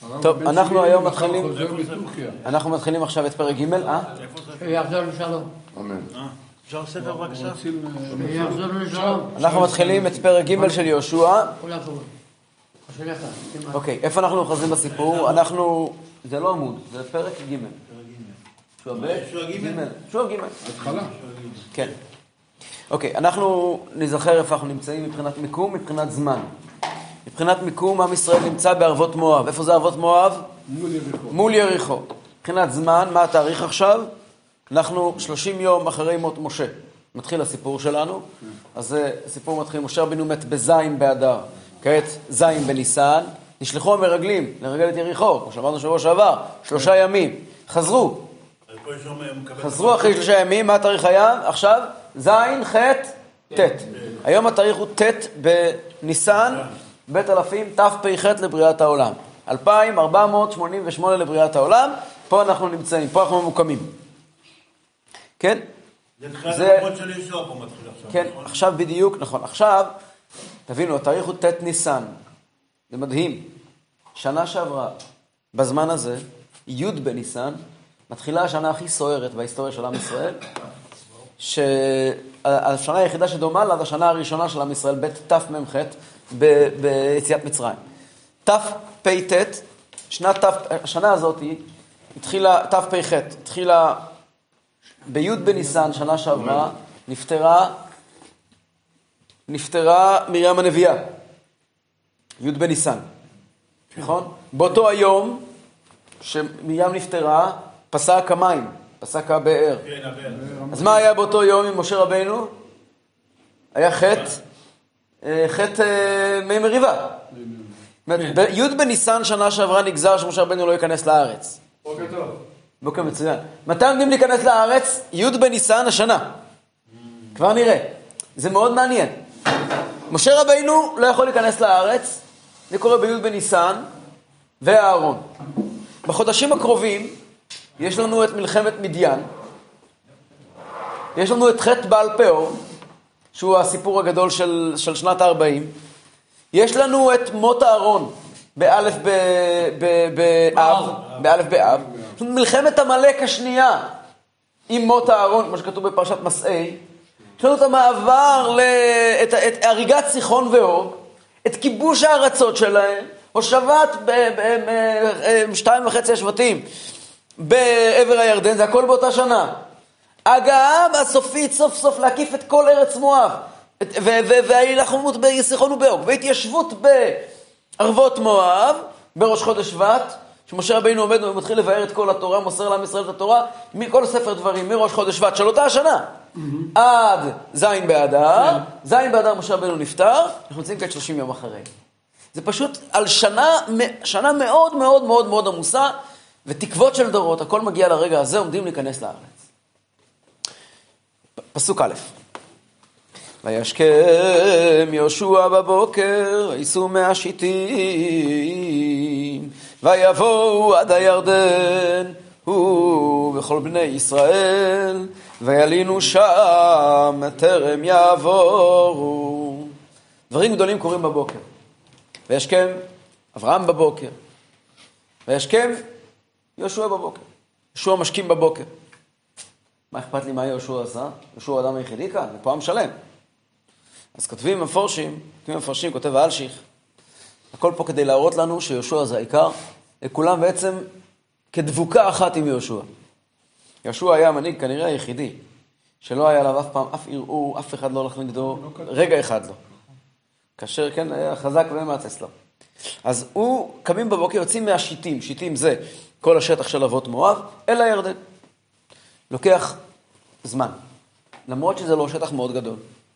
טוב, אנחנו היום מתחילים עכשיו את פרק ג' שיחזור לשלום. אמן. אפשר ספר בבקשה? שיחזור לשלום. אנחנו מתחילים את פרק ג' של יהושע. כל הכבוד. אוקיי, איפה אנחנו אוחזים בסיפור? זה לא עמוד, זה פרק ג'. יהושע ב', יהושע ג'. התחלה. כן. אוקיי, אנחנו נזכר איפה אנחנו נמצאים מבחינת מיקום, מבחינת זמן. מבחינת מיקום, עם ישראל נמצא בערבות מואב. איפה זה ערבות מואב? מול יריחו. מול יריחו. מבחינת זמן, מה התאריך עכשיו? אנחנו 30 יום אחרי מות משה. מתחיל הסיפור שלנו. אז הסיפור מתחיל, משה רבינו מת בזין באדר. כעת זין בניסן. נשלחו המרגלים לרגל את יריחו, כמו שאמרנו שבוע שעבר, 3 ימים. חזרו אחרי 3 ימים. מה התאריך היה? עכשיו זין, ח', ט'. היום התאריך הוא ט' בניסן, בית אלפים, תפ"ח לבריאת העולם. 2488 לבריאת העולם. פה אנחנו נמצאים, פה אנחנו ממוקמים. כן? זה תחילת המקום של ישוע פה מתחיל עכשיו. כן, עכשיו בדיוק, נכון. עכשיו, תבינו, התאריך הוא ט' ניסן. זה מדהים. שנה שעברה, בזמן הזה, י' בניסן, מתחילה השנה הכי סוערת בהיסטוריה של עם ישראל, שהשנה היחידה שדומה לה, השנה הראשונה של עם ישראל, בית תמ"ח, ביציאת מצרים. תפ"ט, השנה הזאת התחילה, תפ"ח, התחילה בי' בניסן, שנה שעברה, נפטרה מרים הנביאה. י' בניסן. נכון? באותו היום שמרים נפטרה, פסק המים, פסק הבאר. כן, הבאר. אז מה היה באותו יום עם משה רבינו? היה חטא מי מריבה. י' בניסן שנה שעברה נגזר שמשה רבינו לא ייכנס לארץ. בוקר טוב. בוקר מצוין. מתי עומדים להיכנס לארץ? י' בניסן השנה. כבר נראה. זה מאוד מעניין. משה רבינו לא יכול להיכנס לארץ, זה קורה בי' בניסן והארון. בחודשים הקרובים יש לנו את מלחמת מדיין, יש לנו את חטא בעל פאור, שהוא הסיפור הגדול של שנת ה-40, יש לנו את מות הארון באלף באב, מלחמת המלך השנייה עם מות הארון, כמו שכתוב בפרשת מסעי, יש לנו את המעבר, את הריגת סיחון ואוג, את כיבוש הארצות שלהם, הושבת 2.5 השבטים בעבר הירדן, זה הכל באותה שנה. הגעה הסופית סוף סוף להקיף את כל ארץ מואב, וההילחמות בסיחון ובאוג, והתיישבות בערבות מואב, בראש חודש שבט, שמשה רבינו עומד ומתחיל לבאר את כל התורה, מוסר לעם ישראל את התורה, מכל ספר דברים, מראש חודש שבט של אותה השנה, עד זין באדר, זין באדר משה רבינו נפטר, אנחנו נמצאים כעת 30 יום אחרי. זה פשוט על שנה מאוד מאוד מאוד מאוד עמוסה, ותקוות של דורות, הכל מגיע לרגע הזה, עומדים להיכנס לארץ. פסוק א', וישכם יהושע בבוקר, ויסעו מהשיטים, ויבואו עד הירדן, הוא וכל בני ישראל, וילינו שם טרם יעבורו. דברים גדולים קורים בבוקר. וישכם אברהם בבוקר, וישכם יהושע בבוקר. יהושע משכים בבוקר. מה אכפת לי מה יהושע עשה? יהושע האדם היחידי כאן, ופה עם שלם. אז כותבים מפרשים, כותב האלשיך, הכל פה כדי להראות לנו שיהושע זה העיקר, וכולם בעצם כדבוקה אחת עם יהושע. יהושע היה המנהיג כנראה היחידי, שלא היה עליו אף פעם, אף ערעור, אף אחד לא הולך נגדו, רגע אחד לא. כאשר כן היה חזק ומעצס לו. אז הוא, קמים בבוקר, יוצאים מהשיטים, שיטים זה כל השטח של אבות מואב, אל הירדן. לוקח זמן, למרות שזה לא שטח מאוד גדול.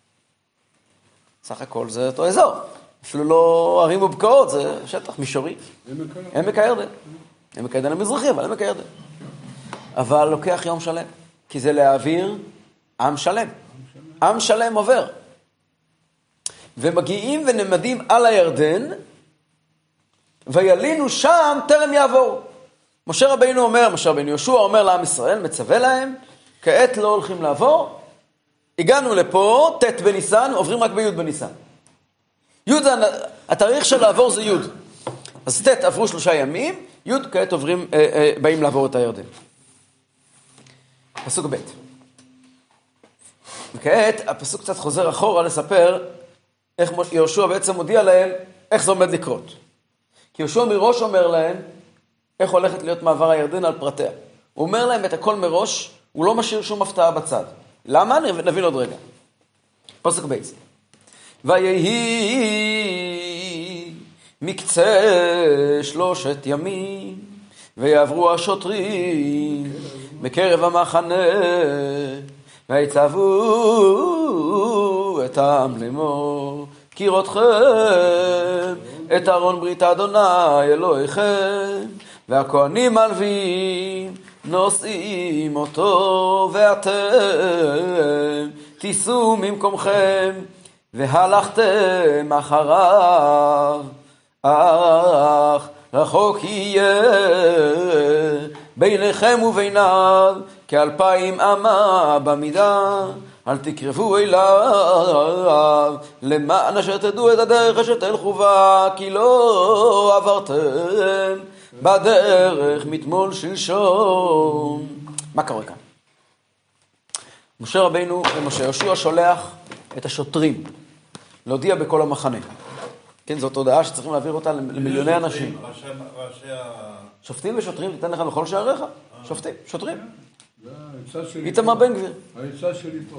סך הכל זה אותו אזור. אפילו לא ערים ובקעות, זה שטח מישורי. עמק הירדן. עמק הירדן המזרחי, אבל עמק הירדן. אבל לוקח יום שלם, כי זה להעביר עם שלם. עם שלם עובר. ומגיעים ונמדים על הירדן, וילינו שם טרם יעבור. משה רבינו יהושע אומר לעם ישראל, מצווה להם, כעת לא הולכים לעבור, הגענו לפה, ט' בניסן, עוברים רק בי' בניסן. י' זה, התאריך של לעבור זה י'. אז ט' עברו 3 ימים, י' כעת באים לעבור את הירדן. פסוק ב'. וכעת הפסוק קצת חוזר אחורה לספר איך יהושע בעצם מודיע להם איך זה עומד לקרות. כי יהושע מראש אומר להם איך הולכת להיות מעבר הירדן על פרטיה. הוא אומר להם את הכל מראש, הוא לא משאיר שום הפתעה בצד. למה? נבין עוד רגע. פסוק ב'. ויהי מקצה 3 ימים, ויעברו השוטרים בקרב המחנה, ויצוו את העם לאמור, כיראתכם את ארון ברית אדוני אלוהיכם, והכהנים הלוויים נושאים אותו, ואתם תיסעו ממקומכם והלכתם אחריו, אך רחוק יהיה ביניכם וביניו כ2,000 אמה במידה, אל תקרבו אליו, למען אשר תדעו את הדרך אשר תלכו בה, כי לא עברתם בדרך מתמול שלשום. מה קורה כאן? משה רבינו ומשה יהושע שולח את השוטרים להודיע בכל המחנה. כן, זאת הודעה שצריכים להעביר אותה למיליוני אנשים. שופטים ושוטרים תיתן לך לכל שעריך. שופטים, שוטרים. איתמר בן גביר. העצה שלי פה.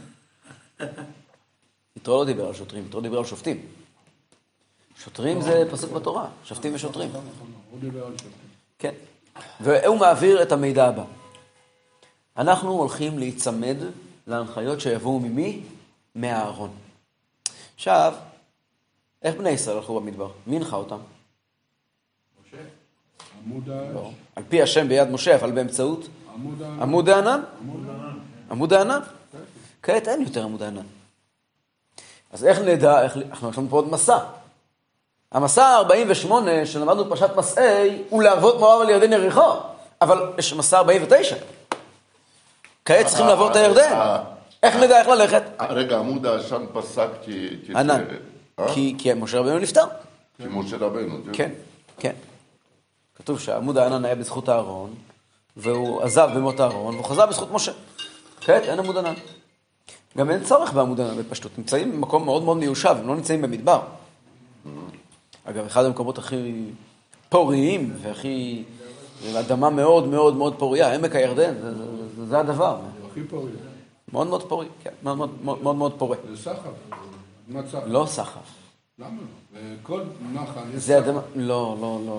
יתרו לא דיבר על שוטרים, יתרו דיבר על שופטים. שוטרים זה פסוק בתורה, שופטים ושוטרים. הוא דיבר על שופטים. כן. והוא מעביר את המידע הבא. אנחנו הולכים להיצמד להנחיות שיבואו ממי? מהארון. עכשיו, איך בני ישראל הלכו במדבר? מי הנחה אותם? משה. עמוד האש. לא. על פי השם ביד משה, אבל באמצעות? עמוד הענן. עמוד הענן. כעת אין יותר עמוד הענן. אז איך נדע, אנחנו עכשיו פה עוד מסע. המסע 48 שלמדנו פרשת מסעי, הוא להרבות מואב על ירדן יריחו. אבל יש מסע 49. כעת צריכים לעבור את הירדן. איך נדע איך ללכת? רגע, עמוד העשן פסק ענן. כי משה רבינו נפטר. כי משה רבינו. כן, כן. כתוב שעמוד הענן היה בזכות הארון, והוא עזב במות הארון, והוא חזר בזכות משה. כעת אין עמוד ענן. גם אין צורך בעמוד ענן בפשטות. נמצאים במקום מאוד מאוד מיושב, הם לא נמצאים במדבר. אגב, אחד המקומות הכי פוריים, והכי... אדמה מאוד מאוד מאוד פוריה, עמק הירדן, זה הדבר. הכי פוריה. מאוד מאוד פורי, כן, מאוד מאוד פורה. זה סחף. לא סחף. למה לא? כל נחל יש זה אדמה... לא.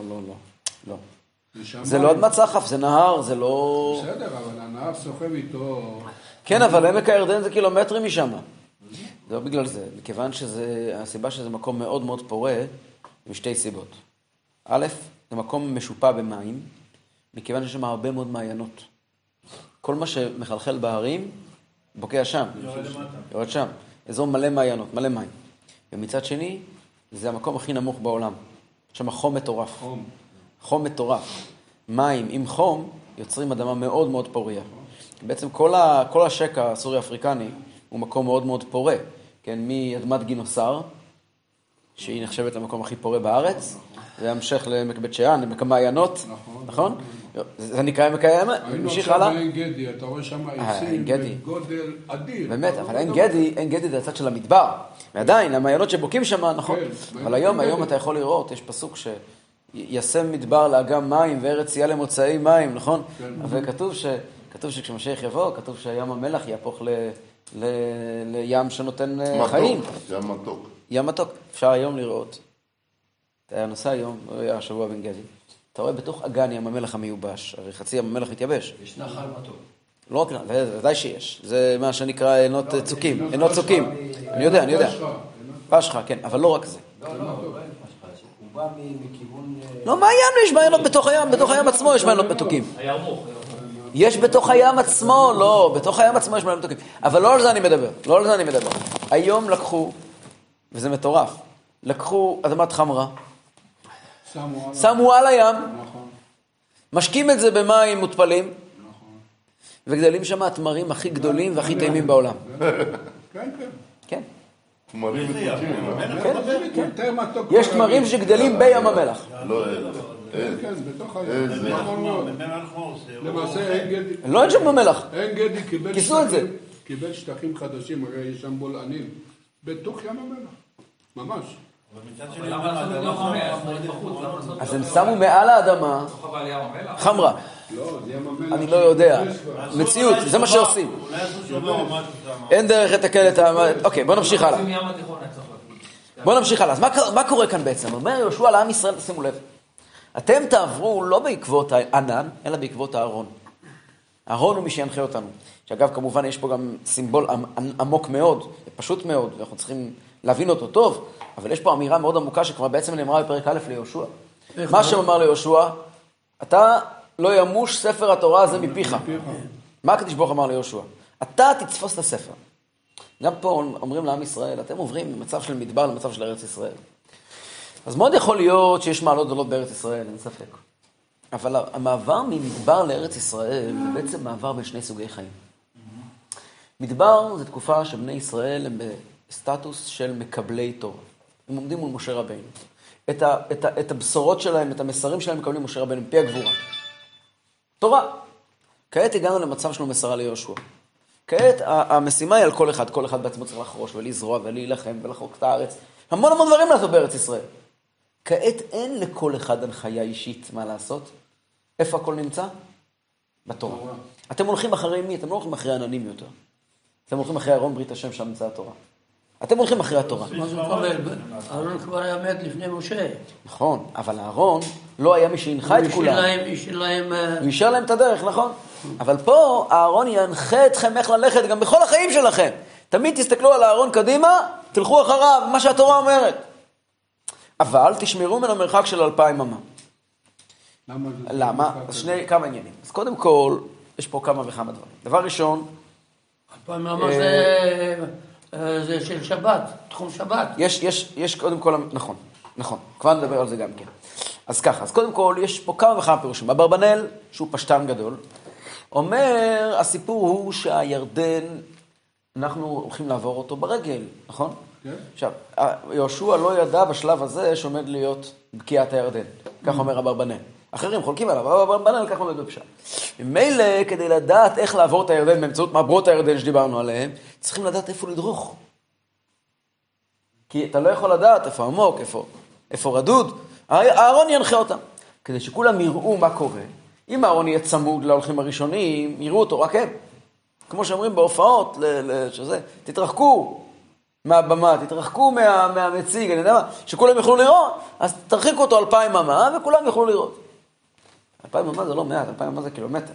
זה לא אדמת סחף, זה נהר, זה לא... בסדר, אבל הנהר סוחב איתו... כן, אבל עמק הירדן זה קילומטרים משם. זה לא בגלל זה, מכיוון הסיבה שזה מקום מאוד מאוד פורה, עם 2 סיבות. א', זה מקום משופע במים, מכיוון שיש שם הרבה מאוד מעיינות. כל מה שמחלחל בהרים, בוקע שם. יורד שם. אזור מלא מעיינות, מלא מים. ומצד שני, זה המקום הכי נמוך בעולם. יש שם חום מטורף. חום מטורף. מים עם חום יוצרים אדמה מאוד מאוד פוריה. בעצם כל השקע הסורי-אפריקני הוא מקום מאוד מאוד פורה. כן, מאדמת גינוסר, שהיא נחשבת למקום הכי פורה בארץ, זה המשך לעמק בית שאן, עמק המעיינות, נכון? זה נקרא עמק המעיינות, נמשיך הלאה. היינו שם בעין גדי, אתה רואה שם עצים בגודל אדיר. באמת, אבל עין גדי זה הצד של המדבר. ועדיין, המעיינות שבוקים שם, נכון? אבל היום אתה יכול לראות, יש פסוק שישם מדבר לאגם מים וארץ יהיה למוצאי מים, נכון? וכתוב שכשמשיח יבוא, כתוב שהים המלח יהפוך לים שנותן חיים. ים מתוק. ים מתוק. אפשר היום לראות. אתה נוסע היום, היה השבוע בן גדי. אתה רואה בתוך אגן ים המלח המיובש, הרי חצי ים המלח מתייבש. יש נחל מתוק. לא רק, ודאי שיש. זה מה שנקרא עינות צוקים. עינות צוקים. אני יודע. פשחה, כן, אבל לא רק זה. לא, הוא בא מכיוון... לא, מה הים? יש מעיינות בתוך הים. בתוך הים עצמו יש מעיינות מתוקים. הירמוך. יש בתוך הים עצמו, לא, בתוך הים עצמו יש מעיינות מתוקים. אבל לא על זה אני מדבר. היום לקחו, וזה מטורף, לקחו אדמת חמרה, שמו על הים, משקים את זה במים מותפלים, וגדלים שם התמרים הכי גדולים והכי טעימים בעולם. כן. כן. תמרים מתוקים. כן. יש תמרים שגדלים בים המלח. לא, כן, בתוך הים. למעשה לא אין שם במלח. עין גדי כיסו את זה. קיבל שטחים חדשים, הרי יש שם בולענים, בתוך ים המלח, ממש. אז הם שמו מעל האדמה חמרה. אני לא יודע. מציאות, זה מה שעושים. אין דרך לתקן את ה... אוקיי, בוא נמשיך הלאה. אז מה קורה כאן בעצם? אומר יהושע לעם ישראל, תשימו לב. אתם תעברו לא בעקבות הענן, אלא בעקבות הארון. הארון הוא מי שינחה אותנו. שאגב, כמובן, יש פה גם סימבול עמוק מאוד, פשוט מאוד, ואנחנו צריכים להבין אותו טוב, אבל יש פה אמירה מאוד עמוקה שכבר בעצם נאמרה בפרק א' ליהושע. מה שאומר ליהושע, אתה לא ימוש ספר התורה הזה מפיך. מה הקדוש ברוך הוא אמר ליהושע? אתה תתפוס את הספר. גם פה אומרים לעם ישראל, אתם עוברים ממצב של מדבר למצב של ארץ ישראל. אז מאוד יכול להיות שיש מעלות גדולות בארץ ישראל, אין ספק. אבל המעבר ממדבר לארץ ישראל הוא בעצם מעבר בין שני סוגי חיים. מדבר זה תקופה שבני ישראל הם בסטטוס של מקבלי תורה. הם עומדים מול משה רבינו. את הבשורות שלהם, את המסרים שלהם מקבלים משה רבינו, מפי הגבורה. תורה. כעת הגענו למצב שלנו מסרה ליהושע. כעת המשימה היא על כל אחד. כל אחד בעצמו צריך לחרוש ולזרוע ולהילחם ולחוק את הארץ. המון דברים לעשות בארץ ישראל. כעת אין לכל אחד הנחיה אישית מה לעשות. איפה הכל נמצא? בתורה. אתם הולכים אחרי מי? אתם לא הולכים אחרי עננים יותר. אתם הולכים אחרי ארון ברית השם שם נמצא התורה. אתם הולכים אחרי התורה. מה זאת אומרת? אהרון כבר היה מת לפני משה. נכון, אבל אהרון לא היה מי שהנחה את כולם. הוא אישר להם את הדרך, נכון? אבל פה אהרון ינחה אתכם איך ללכת גם בכל החיים שלכם. תמיד תסתכלו על אהרון קדימה, תלכו אחריו, מה שהתורה אומרת. אבל תשמרו מן המרחק של 2000 אמה. למה? אז כמה עניינים. אז קודם כל, יש פה כמה וכמה דברים. דבר ראשון, 2000 אמה זה של שבת, תחום שבת. יש קודם כל, נכון, כבר נדבר על זה גם כן. אז ככה, אז קודם כל, יש פה כמה וכמה פירושים. אברבנאל, שהוא פשטן גדול, אומר, הסיפור הוא שהירדן, אנחנו הולכים לעבור אותו ברגל, נכון? כן. עכשיו, יהושע לא ידע בשלב הזה שעומד להיות בקיעת הירדן. כך אומר אברבנאל. אחרים חולקים עליו, אבל אברבנאל כך עומד בפשט. ממילא, כדי לדעת איך לעבור את הירדן באמצעות מעברות הירדן שדיברנו עליהם, צריכים לדעת איפה לדרוך. כי אתה לא יכול לדעת איפה עמוק, איפה רדוד. אהרון ינחה אותם. כדי שכולם יראו מה קורה. אם אהרון יהיה צמוד להולכים הראשונים, יראו אותו רק הם. כמו שאומרים בהופעות, תתרחקו מהבמה, תתרחקו מהמציג, אני יודע מה, שכולם יוכלו לראות, אז תרחיקו אותו 2000 אמה וכולם יוכלו לראות. 2000 אמה זה לא מעט, 2000 אמה זה קילומטר.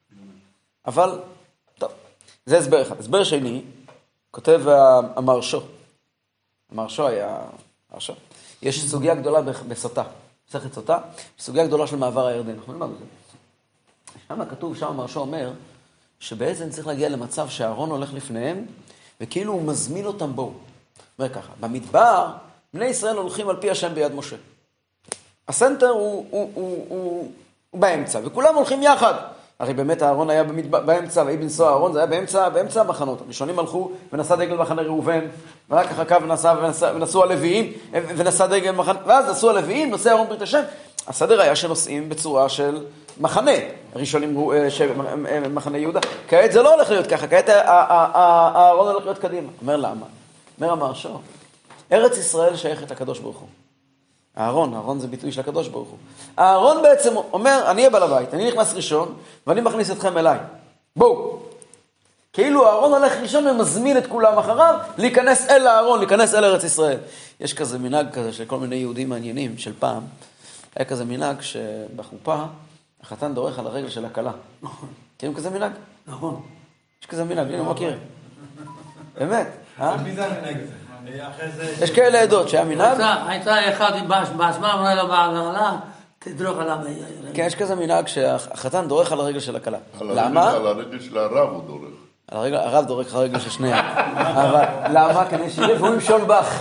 אבל, טוב, זה הסבר אחד. הסבר שני, כותב המרשו. המרשו היה, יש סוגיה גדולה בסוטה, מסכת סוטה, סוגיה גדולה של מעבר הירדן. אנחנו נלמד את זה. שם כתוב, שם המרשו אומר, שבעצם צריך להגיע למצב שהארון הולך לפניהם, וכאילו הוא מזמין אותם בו. אומר ככה, במדבר, בני ישראל הולכים על פי השם ביד משה. הסנטר הוא באמצע, וכולם הולכים יחד. הרי באמת הארון היה באמצע, והיא בנסוע הארון, זה היה באמצע המחנות. הראשונים הלכו ונשא דגל מחנה ראובן, ורק אחר כך ונסעו הלוויים, ונשא דגל מחנה, ואז נסעו הלוויים, נושא הארון ברית השם. הסדר היה שנוסעים בצורה של מחנה, הראשונים מחנה יהודה. כעת זה לא הולך להיות ככה, כעת הארון הולך להיות קדימה. אומר למה? אומר המרשו, ארץ ישראל שייכת לקדוש ברוך הוא. הארון זה ביטוי של הקדוש ברוך הוא. הארון בעצם אומר, אני אהיה בעל הבית, אני נכנס ראשון, ואני מכניס אתכם אליי. בואו. כאילו הארון הולך ראשון ומזמין את כולם אחריו, להיכנס אל הארון, להיכנס אל ארץ ישראל. יש כזה מנהג כזה של כל מיני יהודים מעניינים של פעם, היה כזה מנהג שבחופה, החתן דורך על הרגל של הכלה. נכון. כאילו כזה מנהג? נכון. יש כזה מנהג, אני לא מכיר. באמת, מי זה המנהג הזה? יש כאלה עדות שהיה מנהג. הייתה אחד בעצמה, אמרה לו בעלה, תדרוך עליו. כן, יש כזה מנהג שהחתן דורך על הרגל של הכלה. למה? על הרגל של הרב הוא דורך. הרב דורך על הרגל של שניהם. אבל למה? כנראה שיהיה והוא ימשול בך.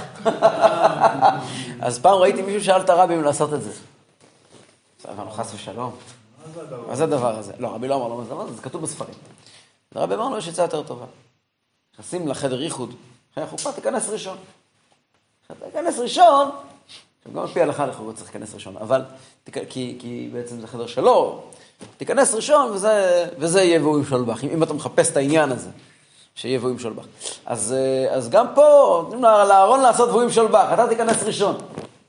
אז פעם ראיתי מישהו שאל את הרבי אם לעשות את זה. אבל חס ושלום. מה זה הדבר הזה? לא, רבי לא אמר לו מה זה, זה כתוב בספרים. הרבי אמר לו, יש עצה יותר טובה. נכנסים לחדר ייחוד, החופה תיכנס ראשון. תיכנס ראשון, גם על פי ההלכה לכאורה צריך להיכנס ראשון, אבל, כי בעצם זה חדר שלו, תיכנס ראשון וזה יהיה והוא ימשול-בך, אם אתה מחפש את העניין הזה, שיהיה והוא ימשול-בך. אז גם פה, נותנים לאהרון לעשות והוא ימשול-בך, אתה תיכנס ראשון.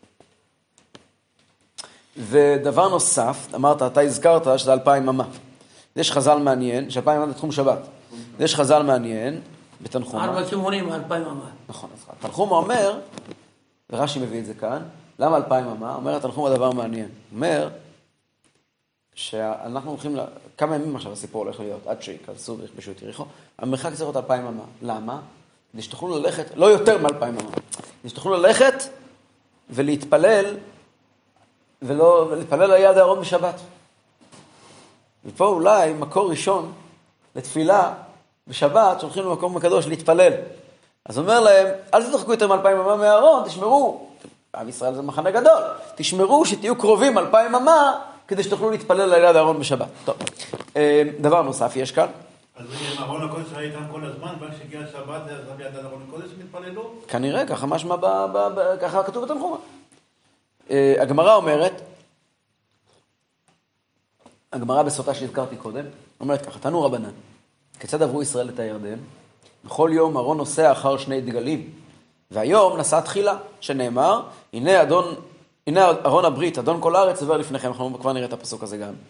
ודבר נוסף, אמרת, אתה הזכרת שזה 2,000 אמה. יש חז"ל מעניין, ש2,000 אמה זה תחום שבת. יש חז"ל מעניין, בתנחומה. 4 כיוונים, 2,000 אמה. נכון, אז תנחומה אומר, ורש"י מביא את זה כאן, למה 2,000 אמה? אומר התנחומה דבר מעניין. אומר, שאנחנו הולכים, כמה ימים עכשיו הסיפור הולך להיות, עד שיכנסו ויכבשו את יריחו, המרחק צריך להיות 2,000 אמה. למה? כדי שתוכלו ללכת, לא יותר מ2,000 אמה, כדי שתוכלו ללכת ולהתפלל, ולהתפלל על יד הארון בשבת. ופה אולי מקור ראשון לתפילה בשבת, שהולכים למקום הקדוש להתפלל. אז אומר להם, אל תתרחקו יותר מ2,000 אמה מהארון, תשמרו, עם ישראל זה מחנה גדול, תשמרו שתהיו קרובים 2,000 אמה, כדי שתוכלו להתפלל על יד הארון בשבת. טוב, דבר נוסף יש כאן. אז ארון הקודש היה איתם כל הזמן, כשהגיע השבת, אז ביד ארון הקודש מתפללו? כנראה, ככה משמע, ככה כתוב בתנחומה. הגמרא אומרת, הגמרא בסוטה שהזכרתי קודם, אומרת ככה, תנו רבנן, כיצד עברו ישראל את הירדן? בכל יום ארון נוסע אחר 2 דגלים, והיום נסע תחילה, שנאמר, הנה ארון הברית, אדון כל הארץ עובר לפניכם, אנחנו כבר נראה את הפסוק הזה גם.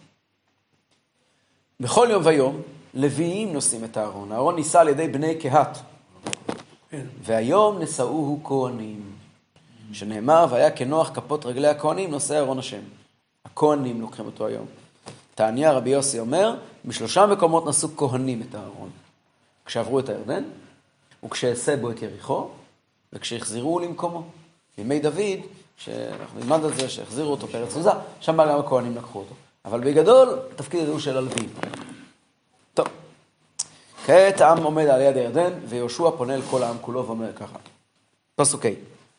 בכל יום ויום, לוויים נושאים את הארון, הארון ניסה על ידי בני קהת, והיום נשאוהו כהנים, שנאמר, והיה כנוח כפות רגלי הכהנים, נושא ארון השם. הכהנים לוקחים אותו היום. תעניה רבי יוסי אומר, ב3 מקומות נשאו כהנים את הארון. כשעברו את הירדן, וכשהסבו את יריחו, וכשהחזירו למקומו. בימי דוד, שאנחנו נלמד על זה, שהחזירו אותו פרץ עוזה, שם גם הכהנים לקחו אותו. אבל בגדול, התפקיד הזה הוא של הלוויים. טוב. כעת העם עומד על יד הירדן, ויהושע פונה אל כל העם כולו ואומר ככה. פסוקי.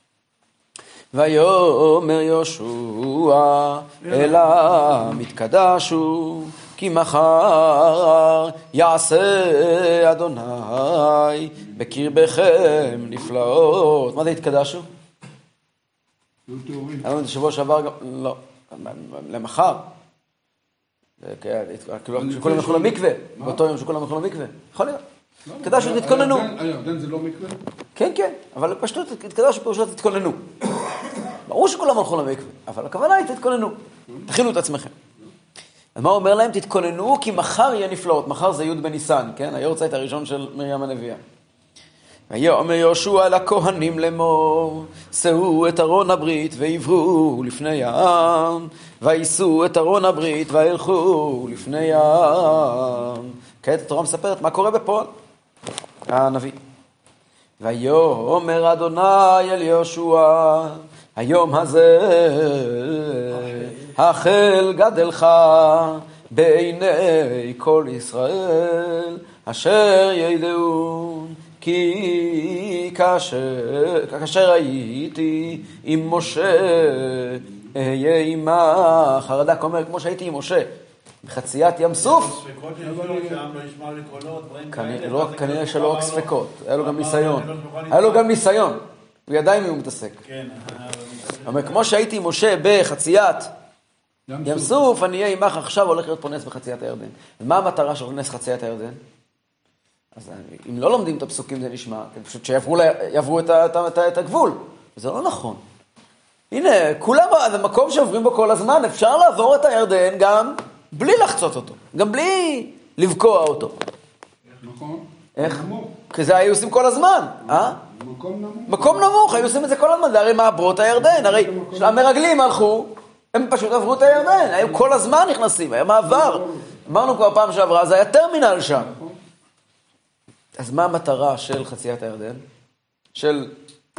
ויאמר יהושע אל העם התקדשו, כי מחר יעשה אדוני בקרבכם נפלאות. מה זה התקדשו? אמרנו את השבוע שעבר, לא, למחר. שכולם ילכו למקווה, באותו יום שכולם ילכו למקווה. יכול להיות. התקדשו, תתכוננו. הירדן זה לא מקווה? כן, כן, אבל פשוט התקדשו פירושו תתכוננו. ברור שכולם הלכו למקווה, אבל הכוונה היא תתכוננו. תכינו את עצמכם. אז מה הוא אומר להם? תתכוננו, כי מחר יהיה נפלאות. מחר זה י' בניסן, כן? היורצייט הראשון של מרים הנביאה. ויאמר יהושע אל הכהנים לאמור, שאו את ארון הברית ועברו לפני העם, ויישאו את ארון הברית וילכו לפני העם. כעת התורה מספרת מה קורה בפועל. הנביא. ויאמר אדוני אל יהושע, היום הזה החל גדלך בעיני כל ישראל, אשר ידעו כי כאשר הייתי עם משה אהיה עמך. הרד"ק אומר, כמו שהייתי עם משה בחציית ים סוף, כנראה שלא רק ספקות, היה לו גם ניסיון. היה לו גם ניסיון, הוא ידע עם מי הוא מתעסק. אבל כמו שהייתי עם משה בחציית ים סוף, אני אהיה עמך. עכשיו הולך להיות פה נס בחציית הירדן. ומה המטרה של נס חציית הירדן? אז אם לא לומדים את הפסוקים זה נשמע, פשוט שיעברו את הגבול. וזה לא נכון. הנה, כולם, זה מקום שעוברים בו כל הזמן, אפשר לעבור את הירדן גם בלי לחצות אותו, גם בלי לבקוע אותו. נכון. איך? כי זה היו עושים כל הזמן, מקום נמוך. מקום נמוך, היו עושים את זה כל הזמן, זה הרי מעברות הירדן, הרי המרגלים הלכו, הם פשוט עברו את הירדן, היו כל הזמן נכנסים, היה מעבר. אמרנו כבר פעם שעברה, זה היה טרמינל שם. אז מה המטרה של חציית הירדן? של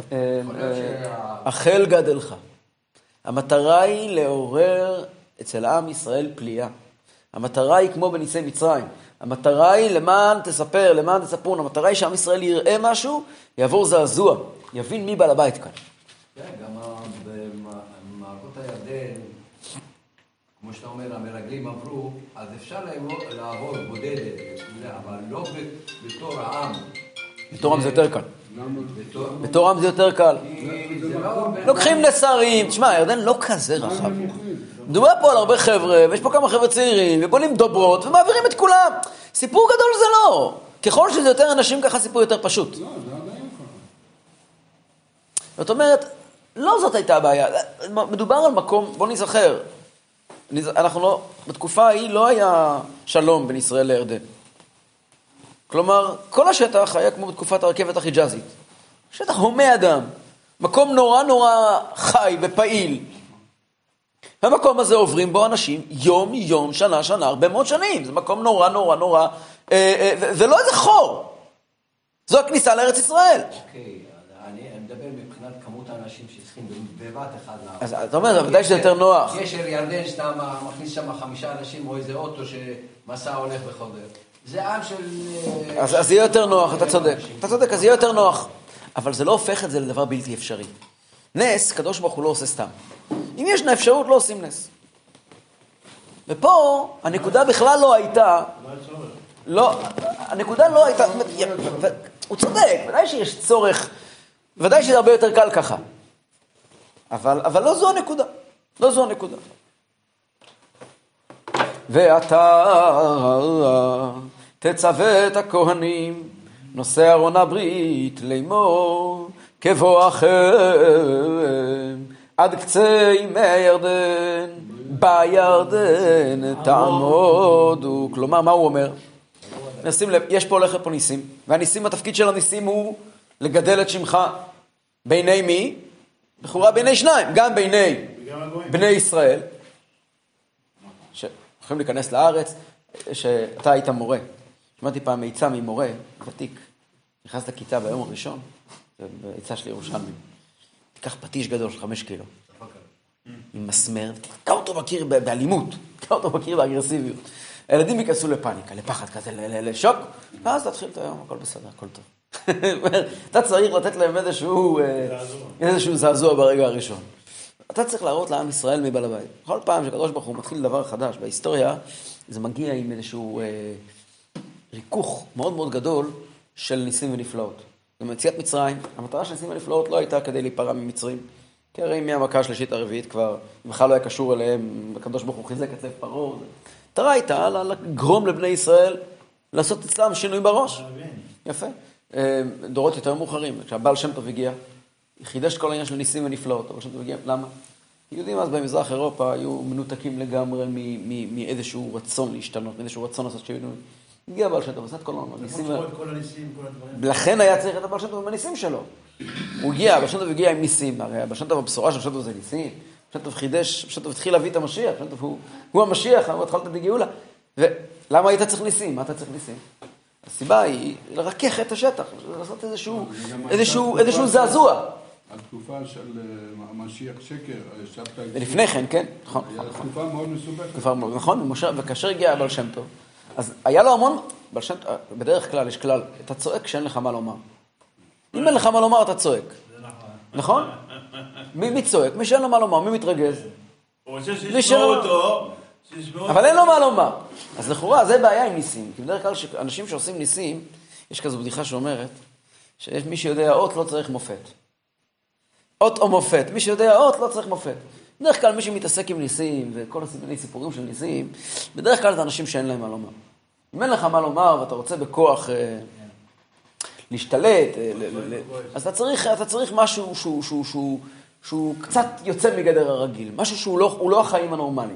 החל גדלך. המטרה היא לעורר אצל עם ישראל פליאה. המטרה היא כמו בניסי מצרים. המטרה היא למען תספרו. המטרה היא שעם ישראל יראה משהו, יעבור זעזוע, יבין מי בעל הבית כאן. כן, גם במערכות הירדן, כמו שאתה אומר, המרגלים עברו, אז אפשר לעבור בודדת, אבל לא בתור העם. בתור העם זה יותר קל. בתורם זה יותר קל. זה לא... לוקחים נסרים, תשמע, ירדן לא כזה רחב. מדובר פה על הרבה חבר'ה, ויש פה כמה חבר'ה צעירים, ובונים דוברות, ומעבירים את כולם. סיפור גדול זה לא. ככל שזה יותר אנשים, ככה סיפור יותר פשוט. לא, זה עדיין ככה. זאת אומרת, לא זאת הייתה הבעיה. מדובר על מקום, בוא נזכר. אנחנו לא, בתקופה ההיא לא היה שלום בין ישראל לירדן. כלומר, כל השטח היה כמו בתקופת הרכבת החיג'זית. שטח הומה אדם. מקום נורא נורא חי ופעיל. המקום הזה עוברים בו אנשים יום, יום, שנה, שנה, הרבה מאוד שנים. זה מקום נורא נורא נורא, זה לא איזה חור. זו הכניסה לארץ ישראל. אוקיי, אני מדבר מבחינת כמות האנשים שצריכים בבת אחד לעבור. אז אתה אומר, ודאי שזה יותר נוח. גשר ירדן שאתה מכניס שם 5 אנשים או איזה אוטו שמסע הולך וחוזר. זה עם של... אז יהיה יותר נוח, אתה צודק. אתה צודק, אז יהיה יותר נוח. אבל זה לא הופך את זה לדבר בלתי אפשרי. נס, קדוש ברוך הוא לא עושה סתם. אם ישנה אפשרות, לא עושים נס. ופה, הנקודה בכלל לא הייתה... לא, הנקודה לא הייתה... הוא צודק, ודאי שיש צורך, ודאי שזה הרבה יותר קל ככה. אבל לא זו הנקודה. לא זו הנקודה. ואתה תצווה את הכהנים, נושא ארון הברית לאמור, כבואכם עד קצה ימי ירדן, בירדן תעמודו. כלומר, מה הוא אומר? נשים לב, יש פה הולך פה ניסים, והניסים, התפקיד של הניסים הוא לגדל את שמך. בעיני מי? לכאורה בעיני שניים, גם בעיני בני ישראל, שיכולים להיכנס לארץ, שאתה היית מורה. שמעתי פעם עצה ממורה, ותיק, נכנס לכיתה ביום הראשון, זה עצה של ירושלמים. תיקח פטיש גדול של 5 קילו, עם מסמר, ותקע אותו בקיר באלימות, תקע אותו בקיר באגרסיביות. הילדים ייכנסו לפאניקה, לפחד כזה, לשוק, ואז תתחיל את היום, הכל בסדר, הכל טוב. אתה צריך לתת להם איזשהו זעזוע ברגע הראשון. אתה צריך להראות לעם ישראל מבעל הבית. כל פעם שקדוש ברוך הוא מתחיל דבר חדש בהיסטוריה, זה מגיע עם איזשהו ריכוך מאוד מאוד גדול של ניסים ונפלאות. גם יציאת מצרים, המטרה של ניסים ונפלאות לא הייתה כדי להיפרע ממצרים, כי הרי מהמכה השלישית הרביעית כבר בכלל לא היה קשור אליהם, הקדוש ברוך הוא חיזק את לב פרעה. המטרה הייתה לגרום לבני ישראל לעשות אצלם שינוי בראש. יפה. דורות יותר מאוחרים, כשהבעל שם טוב הגיע, חידש כל העניין של ניסים ונפלאות. הבעל שם טוב הגיע, למה? יהודים אז במזרח אירופה היו מנותקים לגמרי מאיזשהו רצון להשתנות, מאיזשהו רצון לעשות שינוי. הגיע הבעל שם טוב, עשה את כל הניסים. כל הניסים, כל הדברים. לכן היה צריך את הבעל שם טוב עם הניסים שלו. הוא הגיע, הבעל שם טוב הגיע עם ניסים, הרי הבעל שם טוב, הבשורה של הבעל שם טוב זה ניסים. הבעל שם טוב חידש, הבעל שם טוב התחיל להביא את המשיח, הבעל שם טוב הוא המשיח, הוא התחלת את הגאולה. ולמה היית צריך ניסים? מה אתה צריך ניסים? הסיבה היא לרכך את השטח, לעשות איזשהו זעזוע. התקופה של המשיח שקר, שבתא... ולפני כן, כן, נכון. היה תקופה מאוד מסובכת. נכון, וכאשר הגיע הבעל שם טוב, אז היה לו המון, בעל שם טוב, בדרך כלל יש כלל, אתה צועק כשאין לך מה לומר. אם אין לך מה לומר, אתה צועק. נכון? מי צועק? מי שאין לו מה לומר, מי מתרגז? הוא רוצה שישמעו אותו, אבל אין לו מה לומר. אז לכאורה, זה בעיה עם ניסים. כי בדרך כלל, אנשים שעושים ניסים, יש כזו בדיחה שאומרת, שיש מי שיודע אות לא צריך מופת. אות או מופת. מי שיודע אות לא צריך מופת. בדרך כלל, מי שמתעסק עם ניסים, וכל הסיפורים סיפורים של ניסים, בדרך כלל זה אנשים שאין להם מה לומר. אם אין לך מה לומר, ואתה רוצה בכוח להשתלט, אז אתה צריך משהו שהוא קצת יוצא מגדר הרגיל. משהו שהוא לא החיים הנורמליים.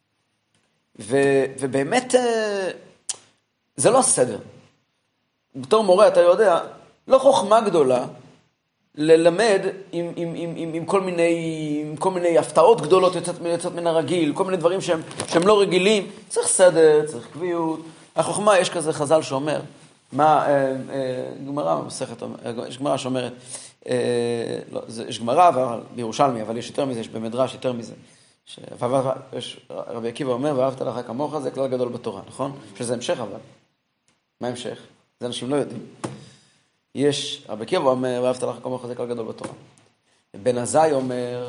ובאמת, זה לא סדר. בתור מורה, אתה יודע, לא חוכמה גדולה ללמד עם כל מיני הפתעות גדולות יוצאות מן הרגיל, כל מיני דברים שהם לא רגילים. צריך סדר, צריך קביעות. החוכמה, יש כזה חז"ל שאומר, גמרא במסכת, יש גמרא שאומרת, יש גמרא בירושלמי, אבל יש יותר מזה, יש במדרש יותר מזה. רבי עקיבא אומר, ואהבת לך כמוך, זה כלל גדול בתורה, נכון? שזה המשך אבל. מה המשך? זה אנשים לא יודעים. יש, רבי עקיבא אומר, ואהבת לך כמוך, זה כלל גדול בתורה. בן עזאי אומר,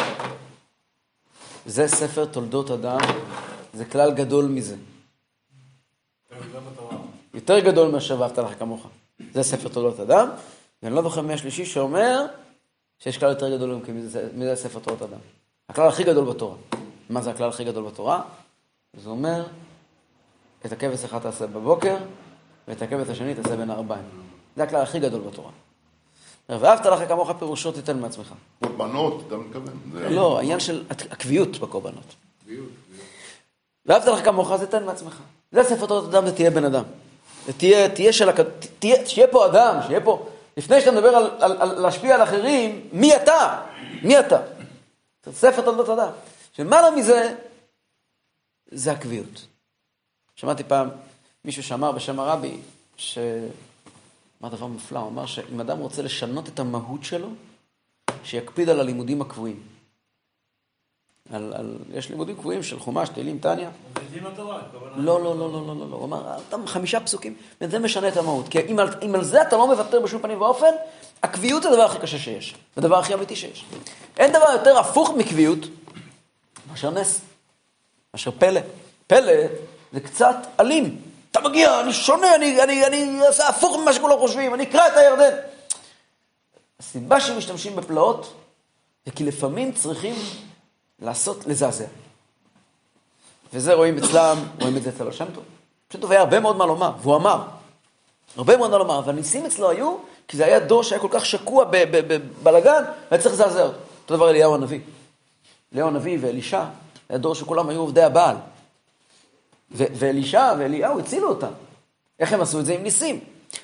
זה ספר תולדות אדם, זה כלל גדול מזה. יותר גדול מאשר ואהבת לך כמוך. זה ספר תולדות אדם, ואני לא זוכר מי השלישי שאומר שיש כלל יותר גדול מזה ספר תורת אדם. הכלל הכי גדול בתורה. מה זה הכלל הכי גדול בתורה? זה אומר, את הכבש אחד תעשה בבוקר, ואת הכבש השני תעשה בין הערביים. זה הכלל הכי גדול בתורה. ואהבת לך כמוך פירושו תיתן מעצמך. קורבנות, אתה מתכוון? לא, העניין של הקביעות בקורבנות. ואהבת לך כמוך תיתן מעצמך. זה ספר תורת אדם, זה תהיה בן אדם. שיהיה פה אדם, שיהיה פה... לפני שאתה מדבר על להשפיע על אחרים, מי אתה? מי אתה? ספר תולדות אדם. שמעלה מזה, זה הקביעות. שמעתי פעם מישהו שאמר בשם הרבי, אמר דבר מופלא, הוא אמר שאם אדם רוצה לשנות את המהות שלו, שיקפיד על הלימודים הקבועים. יש לימודים קבועים של חומש, תהילים, תניא. לא. הוא אמר, אותם 5 פסוקים, וזה משנה את המהות. כי אם על זה אתה לא מוותר בשום פנים ואופן, הקביעות זה הדבר הכי קשה שיש. זה הדבר הכי אמיתי שיש. אין דבר יותר הפוך מקביעות, מאשר נס. מאשר פלא. פלא זה קצת אלים. אתה מגיע, אני שונה, אני אעשה הפוך ממה שכולם חושבים, אני אקרא את הירדן. הסיבה שמשתמשים בפלאות, זה כי לפעמים צריכים לזעזע. וזה רואים אצלם, רואים את זה אצל השם טוב. השם טוב היה הרבה מאוד מה לומר, והוא אמר. הרבה מאוד מה לומר, והניסים אצלו היו, כי זה היה דור שהיה כל כך שקוע בבלגן, והיה צריך לזעזע אותו. אותו דבר אליהו הנביא. אליהו הנביא ואלישע, היה דור שכולם היו עובדי הבעל. ואלישע ואליהו הצילו אותם. איך הם עשו את זה עם ניסים?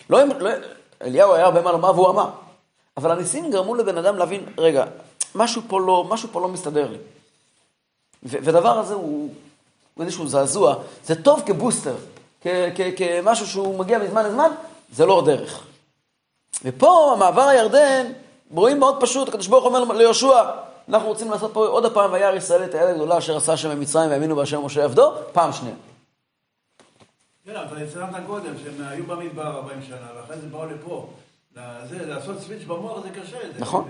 אליהו היה הרבה מה לומר והוא אמר. אבל הניסים גרמו לבן אדם להבין, רגע, משהו פה לא מסתדר לי. ודבר הזה הוא איזשהו זעזוע. זה טוב כבוסטר, כמשהו שהוא מגיע מזמן לזמן, זה לא דרך. ופה, המעבר הירדן, רואים מאוד פשוט, הקדוש ברוך הוא אומר ליהושע, אנחנו רוצים לעשות פה עוד הפעם, וירא ישראל את היד הגדולה אשר עשה שם במצרים, והאמינו באשר משה עבדו, פעם שנייה. כן, אבל הצלחת קודם, שהם היו במדבר 40 שנה, ואחרי זה באו לפה. לעשות סוויץ' במוח זה קשה. נכון.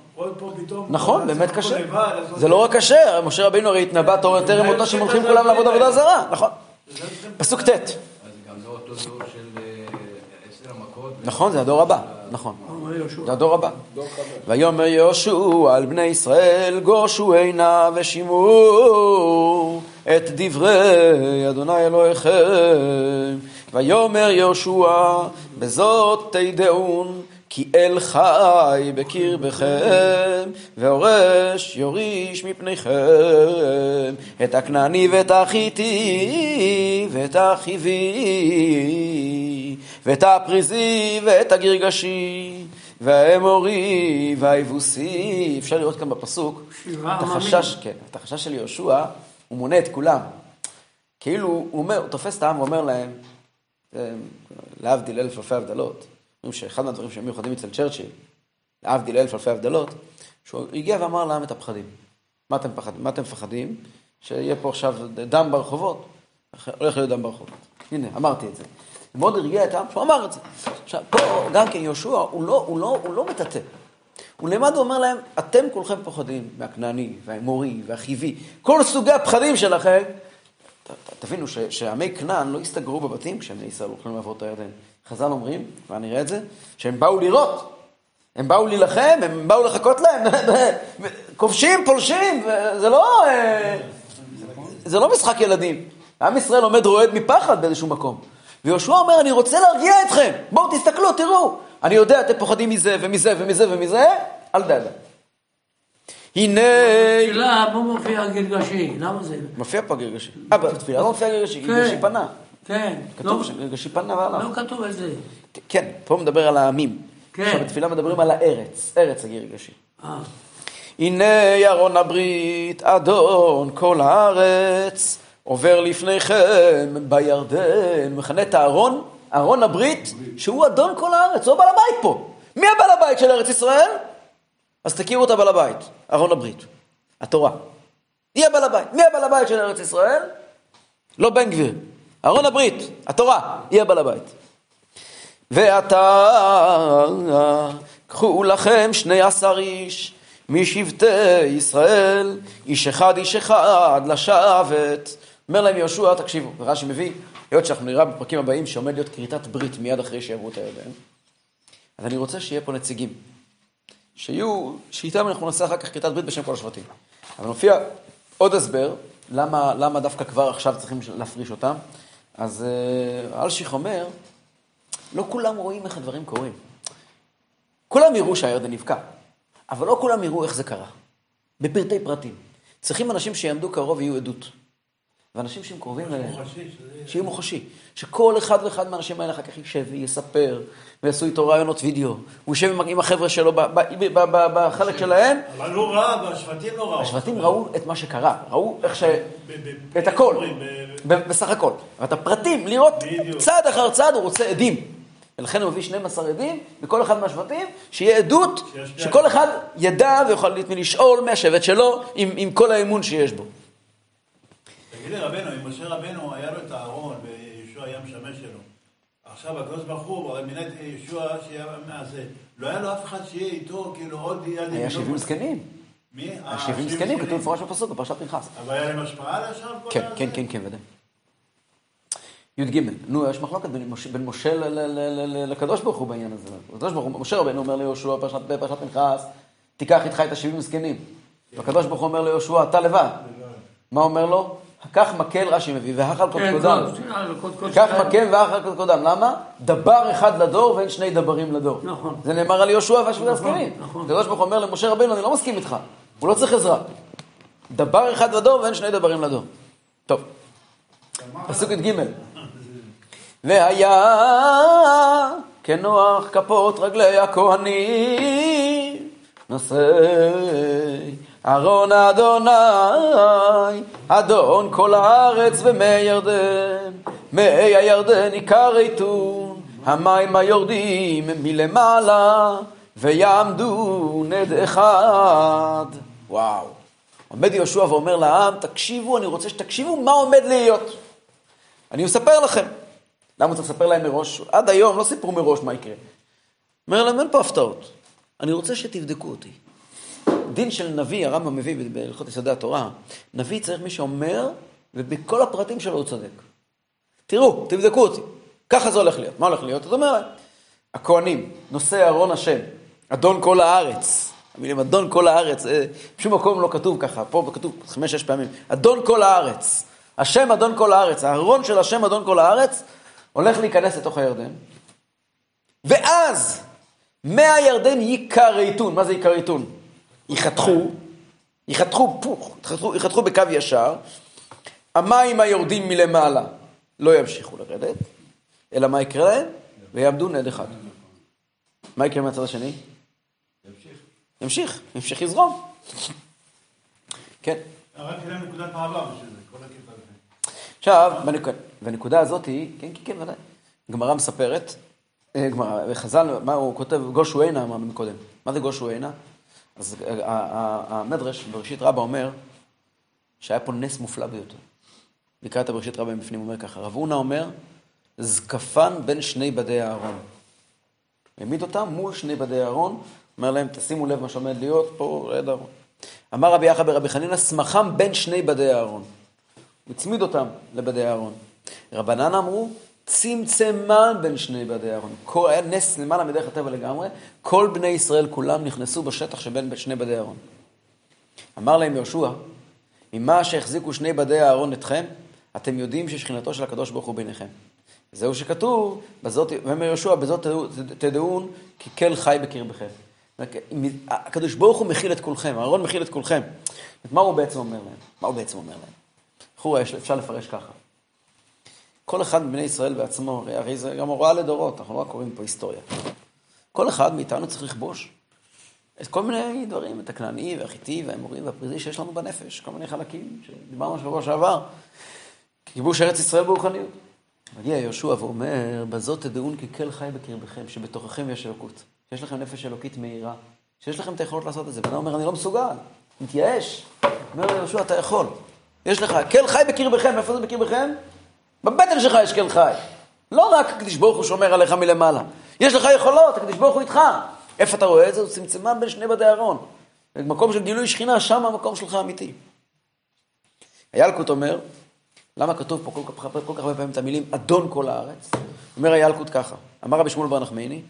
נכון, באמת קשה. זה לא רק קשה, משה רבינו הרי התנבא טרם מותו שהם הולכים כולם לעבוד עבודה זרה, נכון. פסוק ט'. אז גם זה אותו דור של 10 המכות. נכון, זה הדור הבא, נכון. זה הדור הבא. ויאמר יהושע על בני ישראל, גושו עיניו ושמעו את דברי אדוני אלוהיכם. ויאמר יהושע בזאת תדעון כי אל חי בקרבכם והורש יוריש מפניכם את הכנעני ואת החיתי ואת החיבי ואת הפריזי ואת הגרגשי והאמורי והיבוסי. אפשר לראות כאן בפסוק את החשש של יהושע, הוא מונה את כולם. כאילו הוא תופס את העם ואומר להם, להבדיל אלף אלפי הבדלות, אומרים שאחד מהדברים שהם מיוחדים אצל צ'רצ'יל, להבדיל אלף אלפי הבדלות, שהוא הגיע ואמר להם את הפחדים. מה אתם מפחדים? שיהיה פה עכשיו דם ברחובות? הולך להיות דם ברחובות. הנה, אמרתי את זה. מאוד הרגיע את העם, שהוא אמר את זה. עכשיו, פה גם כן יהושע, הוא לא מטאטא. הוא למד ואומר להם, אתם כולכם פוחדים מהכנעני והאמורי והחיבי, כל סוגי הפחדים שלכם, תבינו שעמי כנען לא הסתגרו בבתים כשהם ישראל הולכים לעבור את הירדן. חז"ל אומרים, ואני אראה את זה, שהם באו לראות, הם באו להילחם, הם באו לחכות להם, כובשים, פולשים, זה לא משחק ילדים. עם ישראל עומד רועד מפחד באיזשהו מקום. ויהושע אומר, אני רוצה להרגיע אתכם, בואו תסתכלו, תראו. אני יודע, אתם פוחדים מזה ומזה ומזה ומזה, אל דאגה. הנה... בתפילה, בוא מופיע גרגשי, למה זה? מופיע פה גרגשי. בתפילה לא מופיע גרגשי, גרגשי פנה. כן. כתוב שגרגשי פנה והלך. לא כתוב את זה. כן, פה מדבר על העמים. כן. עכשיו בתפילה מדברים על הארץ, ארץ הגרגשי. הנה ירון הברית, אדון כל הארץ, עובר לפניכם בירדן, מכנה את הארון, ארון הברית, שהוא אדון כל הארץ, הוא בעל הבית פה. מי הבעל הבית של ארץ ישראל? אז תכירו את הבעל הבית, ארון הברית, התורה. היא הבעל הבית. מי הבעל הבית של ארץ ישראל? לא בן גביר. ארון הברית, התורה, היא הבעל הבית. ועתה קחו לכם 12 איש משבטי ישראל, איש אחד לשבט. אומר להם יהושע, תקשיבו, ורש"י מביא, היות שאנחנו נראה בפרקים הבאים שעומד להיות כריתת ברית מיד אחרי שיעברו את הירדן. אז אני רוצה שיהיה פה נציגים. שאיתם אנחנו נעשה אחר כך כריתת ברית בשם כל השבטים. אבל מופיע עוד הסבר, למה דווקא כבר עכשיו צריכים להפריש אותם. אז אלשיך אומר, לא כולם רואים איך הדברים קורים. כולם יראו שהירדן נבקע, אבל לא כולם יראו איך זה קרה. בפרטי פרטים. צריכים אנשים שיעמדו קרוב ויהיו עדות. ואנשים שהם קרובים אליהם, שיהיו מוחשי. שכל אחד ואחד מהאנשים האלה אחר כך יישב ויספר, ויעשו איתו רעיונות וידאו. הוא יישב עם החבר'ה שלו בחלק שלהם. אבל הוא ראה, והשבטים לא ראו. השבטים ראו את מה שקרה, ראו איך את הכל, בסך הכל. ואת הפרטים, לראות צעד אחר צעד, הוא רוצה עדים. ולכן הוא מביא 12 עדים, בכל אחד מהשבטים, שיהיה עדות, שכל אחד ידע ויוכל לשאול מהשבט שלו, עם כל האמון שיש בו. תגיד לי רבנו, אם משה רבנו היה לו את הארון, וישוע היה משמש שלו. עכשיו הקדוש ברוך הוא, מינת ישוע שהיה מהזה, לא היה לו אף אחד שיהיה איתו, כאילו עוד יד... היה 70 זקנים. מי? 70 זקנים, כתוב מפורש בפסוק, בפרשת פנחס. אבל היה להם השפעה לשם? כן, ודאי. י"ג, נו, יש מחלוקת בין משה לקדוש ברוך הוא בעניין הזה. הקדוש ברוך הוא, משה רבנו אומר ליהושע בפרשת פנחס, תיקח איתך את ה-70 זקנים. והקדוש ברוך הוא אומר ליהושע, אתה לבד. מה אומר לו? קח מקל, רש"י מביא, והאכל קודקודם. קח מקל והאכל קודקודם. למה? דבר אחד לדור ואין שני דברים לדור. נכון. זה נאמר על יהושע והשבט הזקנים. הקדוש ברוך הוא אומר למשה רבנו, אני לא מסכים איתך. הוא לא צריך עזרה. דבר אחד לדור ואין שני דברים לדור. טוב. פסוק י"ג. והיה כנוח כפות רגלי הכהנים נושא ארון אדוני אדון כל הארץ ומי ירדן מי הירדן עיקר עיתון המים היורדים מלמעלה ויעמדו נד אחד. וואו, עומד יהושע ואומר לעם, תקשיבו, אני רוצה שתקשיבו מה עומד להיות. אני אספר לכם. למה הוא צריך לספר להם מראש? עד היום לא סיפרו מראש מה יקרה. אומר להם, אין פה הפתעות. אני רוצה שתבדקו אותי. דין של נביא, הרמב"ם מביא בהלכות יסודי התורה, נביא צריך מי שאומר, ובכל הפרטים שלו הוא צודק. תראו, תבדקו אותי. ככה זה הולך להיות. מה הולך להיות? זאת אומרת, הכהנים, נושא ארון השם, אדון כל הארץ. המילים אדון כל הארץ, בשום מקום לא כתוב ככה, פה כתוב 5-6 פעמים. אדון כל הארץ. השם אדון כל הארץ, הארון של השם אדון כל הארץ, הולך להיכנס לתוך הירדן. ואז, מהירדן ייקר עיתון. מה זה ייקר עיתון? יחתכו בקו ישר. המים היורדים מלמעלה לא ימשיכו לרדת, אלא מה יקרה להם? ויעמדו נד אחד. מה יקרה מהצד השני? ימשיך יזרום. כן. רק כדי נקודת מעבר בשביל זה, כל הכיפה הזה. עכשיו, בנקודה הזאת, כן, ודאי. גמרא מספרת, וחז"ל, מה הוא כותב? גושואינה אמרנו מקודם. מה זה גושואינה? אז המדרש בראשית רבה אומר, שהיה פה נס מופלא ביותר. נקרא את בראשית רבה בפנים, אומר ככה, רב הונא אומר, זקפן בין שני בדי הארון. העמיד אותם מול שני בדי הארון, אומר להם, תשימו לב מה שעומד להיות, פה רד הארון. אמר רבי יחיא ברבי חנינא, סמכם בין שני בדי הארון. הוא הצמיד אותם לבדי הארון. רבנן אמרו, צמצמן בין שני בדי הארון. היה נס למעלה מדרך הטבע לגמרי, כל בני ישראל כולם נכנסו בשטח שבין שני בדי הארון. אמר להם יהושע, ממה שהחזיקו שני בדי הארון אתכם, אתם יודעים ששכינתו של הקדוש ברוך הוא ביניכם. זהו שכתוב, ואומר יהושע, בזאת תדעון כי כל חי בקרבכם. הקדוש ברוך הוא מכיל את כולכם, הארון מכיל את כולכם. מה הוא בעצם אומר להם? חורה, אפשר לפרש ככה. כל אחד מבני ישראל בעצמו, הרי זה גם הוראה לדורות, אנחנו לא קוראים פה היסטוריה. כל אחד מאיתנו צריך לכבוש את כל מיני דברים, את הכנעני והחיתי והאמורי והפריזי שיש לנו בנפש, כל מיני חלקים שדיברנו שבוע שעבר, כיבוש ארץ ישראל ברוחניות. מגיע יהושע ואומר, בזאת תדעון כי כל חי בקרבכם, שבתוככם יש אלוקות, שיש לכם נפש אלוקית מהירה, שיש לכם את היכולות לעשות את זה. ואתה אומר, אני לא מסוגל, מתייאש. אומר ליהושע, אתה יכול. יש לך, כל חי בקרבכם, איפה זה בקרבכם? בבטן שלך יש כל חי. לא רק הקדוש ברוך הוא שומר עליך מלמעלה. יש לך יכולות, הקדוש ברוך הוא איתך. איפה אתה רואה את זה? הוא צמצמן בין שני בדי ארון. במקום של גילוי שכינה, שם המקום שלך אמיתי. הילקוט אומר, למה כתוב פה כל כך הרבה פעמים את המילים אדון כל הארץ? אומר הילקוט ככה, אמר רבי שמואל בר נחמני,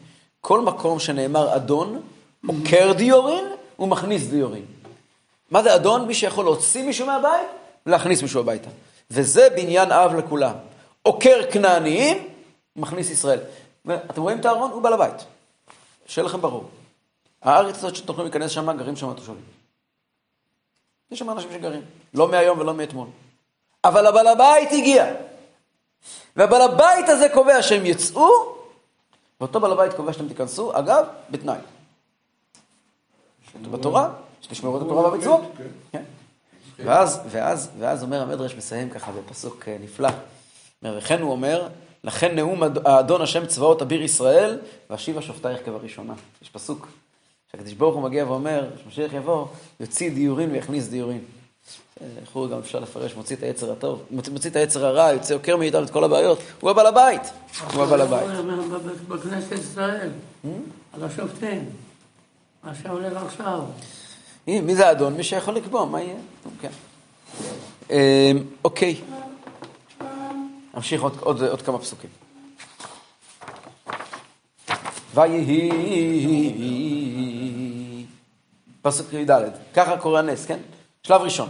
כל מקום שנאמר אדון, עוקר דיורין ומכניס דיורין. מה זה אדון? מי שיכול להוציא מישהו מהבית ולהכניס מישהו הביתה. וזה בניין אב לכולם. עוקר כנעניים, מכניס ישראל. אתם רואים את הארון? הוא בעל הבית. שיהיה לכם ברור. הארץ הזאת שאתם יכולים להיכנס שם, גרים שם התושבים. יש שם אנשים שגרים. לא מהיום ולא מאתמול. אבל הבעל הבית הגיע. והבעל הבית הזה קובע שהם יצאו, ואותו בעל הבית קובע שאתם תיכנסו, אגב, בתנאי. בתורה, שתשמרו את התורה והמצוות. כן. ואז אומר המדרש, מסיים ככה בפסוק נפלא. וכן הוא אומר, לכן נאום האדון השם צבאות אביר ישראל, והשיבה שופטייך כבראשונה. יש פסוק, שהקדוש ברוך הוא מגיע ואומר, שמשיח יבוא, יוציא דיורין ויכניס דיורין. איך גם אפשר לפרש, מוציא את היצר הטוב, מוציא את היצר הרע, יוצא עוקר מאיתנו את כל הבעיות. הוא הבעל הבית. הוא הבעל הבית. בכנסת ישראל, על השופטים. מה שעולה עכשיו. מי זה האדון? מי שיכול לקבוע, מה יהיה? אוקיי. נמשיך עוד כמה פסוקים. ויהי פסוק י"ד. ככה קורא הנס, כן? שלב ראשון.